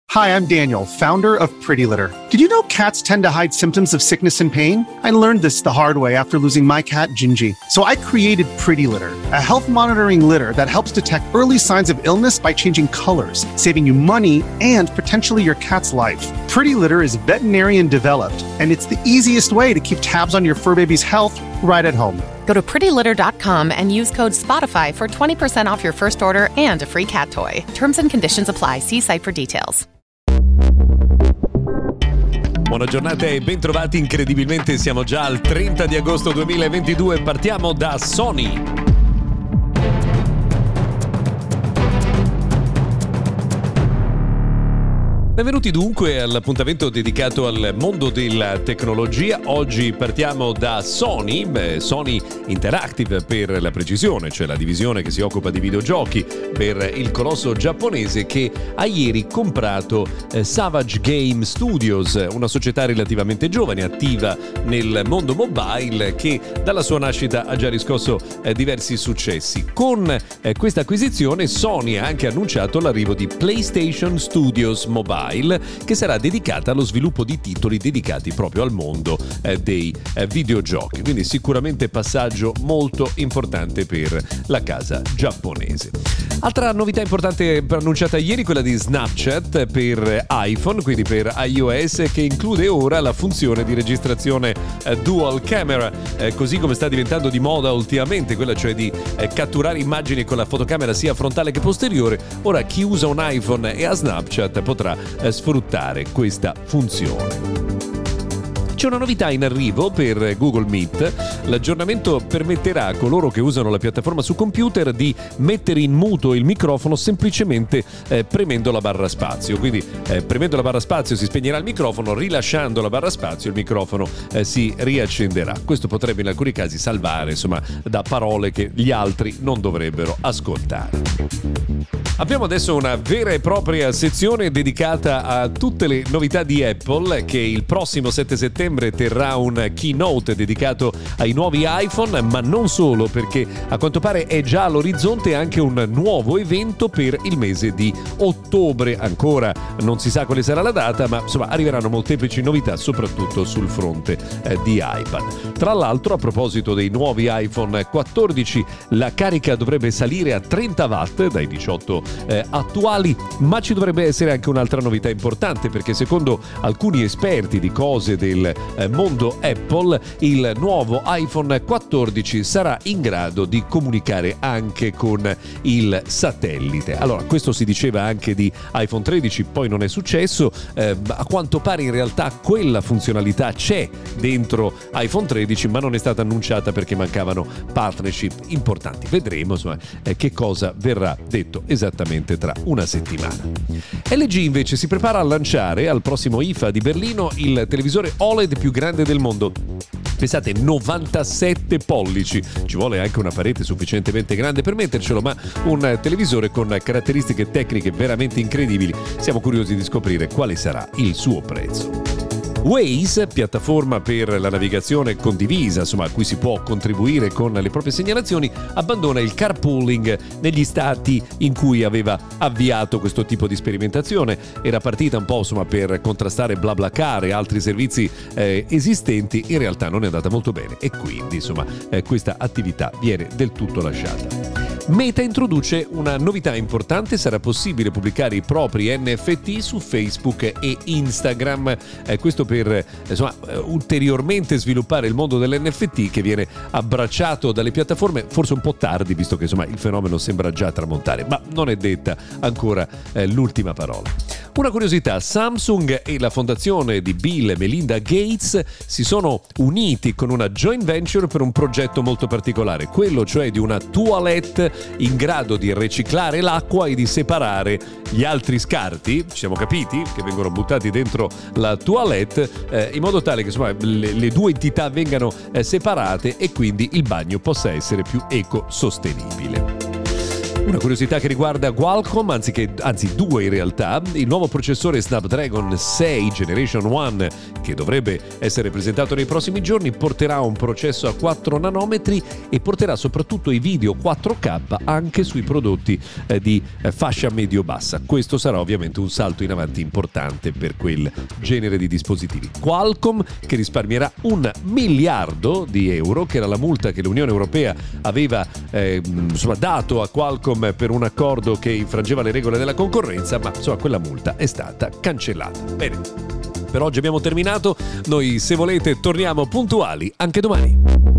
Hi, I'm Daniel, founder of Pretty Litter. Did you know cats tend to hide symptoms of sickness and pain? I learned this the hard way after losing my cat, Gingy. So I created Pretty Litter, a health monitoring litter that helps detect early signs of illness by changing colors, saving you money and potentially your cat's life. Pretty Litter is veterinarian developed, and it's the easiest way to keep tabs on your fur baby's health right at home. Go to prettylitter.com and use code SPOTIFY for 20% off your first order and a free cat toy. Terms and conditions apply. See site for details. Buona giornata e bentrovati, incredibilmente siamo già al 30 di agosto 2022, partiamo da Sony. Benvenuti dunque all'appuntamento dedicato al mondo della tecnologia. Oggi partiamo da Sony, Sony Interactive per la precisione, cioè la divisione che si occupa di videogiochi per il colosso giapponese che ha ieri comprato Savage Game Studios, una società relativamente giovane, attiva nel mondo mobile, che dalla sua nascita ha già riscosso diversi successi. Con questa acquisizione Sony ha anche annunciato l'arrivo di PlayStation Studios Mobile, che sarà dedicata allo sviluppo di titoli dedicati proprio al mondo dei videogiochi. Quindi sicuramente passaggio molto importante per la casa giapponese. Altra novità importante annunciata ieri, quella di Snapchat per iPhone, quindi per iOS, che include ora la funzione di registrazione dual camera, così come sta diventando di moda ultimamente, quella cioè di catturare immagini con la fotocamera sia frontale che posteriore. Ora chi usa un iPhone e ha Snapchat potrà sfruttare questa funzione. C'è una novità in arrivo per Google Meet. L'aggiornamento permetterà a coloro che usano la piattaforma su computer di mettere in muto il microfono semplicemente premendo la barra spazio. Quindi premendo la barra spazio si spegnerà il microfono, rilasciando la barra spazio il microfono si riaccenderà. Questo potrebbe in alcuni casi salvare, insomma, da parole che gli altri non dovrebbero ascoltare. Abbiamo adesso una vera e propria sezione dedicata a tutte le novità di Apple, che il prossimo 7 settembre terrà un keynote dedicato ai nuovi iPhone, ma non solo, perché a quanto pare è già all'orizzonte anche un nuovo evento per il mese di ottobre. Ancora non si sa quale sarà la data, ma insomma arriveranno molteplici novità, soprattutto sul fronte di iPad. Tra l'altro, a proposito dei nuovi iPhone 14, la carica dovrebbe salire a 30 watt dai 18 attuali, ma ci dovrebbe essere anche un'altra novità importante, perché secondo alcuni esperti di cose del mondo Apple, il nuovo iPhone 14 sarà in grado di comunicare anche con il satellite. Allora, questo si diceva anche di iPhone 13, poi non è successo. A quanto pare in realtà quella funzionalità c'è dentro iPhone 13, ma non è stata annunciata perché mancavano partnership importanti. Vedremo insomma che cosa verrà detto esattamente tra una settimana. LG invece si prepara a lanciare al prossimo IFA di Berlino il televisore OLED più grande del mondo. Pensate, 97 pollici. Ci vuole anche una parete sufficientemente grande per mettercelo, ma un televisore con caratteristiche tecniche veramente incredibili. Siamo curiosi di scoprire quale sarà il suo prezzo. Waze, piattaforma per la navigazione condivisa, insomma, a cui si può contribuire con le proprie segnalazioni, abbandona il carpooling negli stati in cui aveva avviato questo tipo di sperimentazione. Era partita un po' insomma per contrastare BlaBlaCar e altri servizi esistenti, in realtà non è andata molto bene e quindi insomma questa attività viene del tutto lasciata. Meta introduce una novità importante: sarà possibile pubblicare i propri NFT su Facebook e Instagram. Questo per insomma ulteriormente sviluppare il mondo dell'NFT, che viene abbracciato dalle piattaforme forse un po' tardi, visto che insomma il fenomeno sembra già tramontare, ma non è detta ancora l'ultima parola. Una curiosità: Samsung e la fondazione di Bill e Melinda Gates si sono uniti con una joint venture per un progetto molto particolare, quello cioè di una toilette in grado di riciclare l'acqua e di separare gli altri scarti, ci siamo capiti, che vengono buttati dentro la toilette, in modo tale che insomma le due entità vengano separate e quindi il bagno possa essere più ecosostenibile. Una curiosità che riguarda Qualcomm, anzi due in realtà. Il nuovo processore Snapdragon 6 Generation 1, che dovrebbe essere presentato nei prossimi giorni, porterà un processo a 4 nanometri e porterà soprattutto i video 4K anche sui prodotti di fascia medio-bassa. Questo sarà ovviamente un salto in avanti importante per quel genere di dispositivi. Qualcomm che risparmierà $1 miliardo, che era la multa che l'Unione Europea aveva dato a Qualcomm per un accordo che infrangeva le regole della concorrenza, ma insomma quella multa è stata cancellata. Bene, per oggi abbiamo terminato. Noi, se volete, torniamo puntuali anche domani.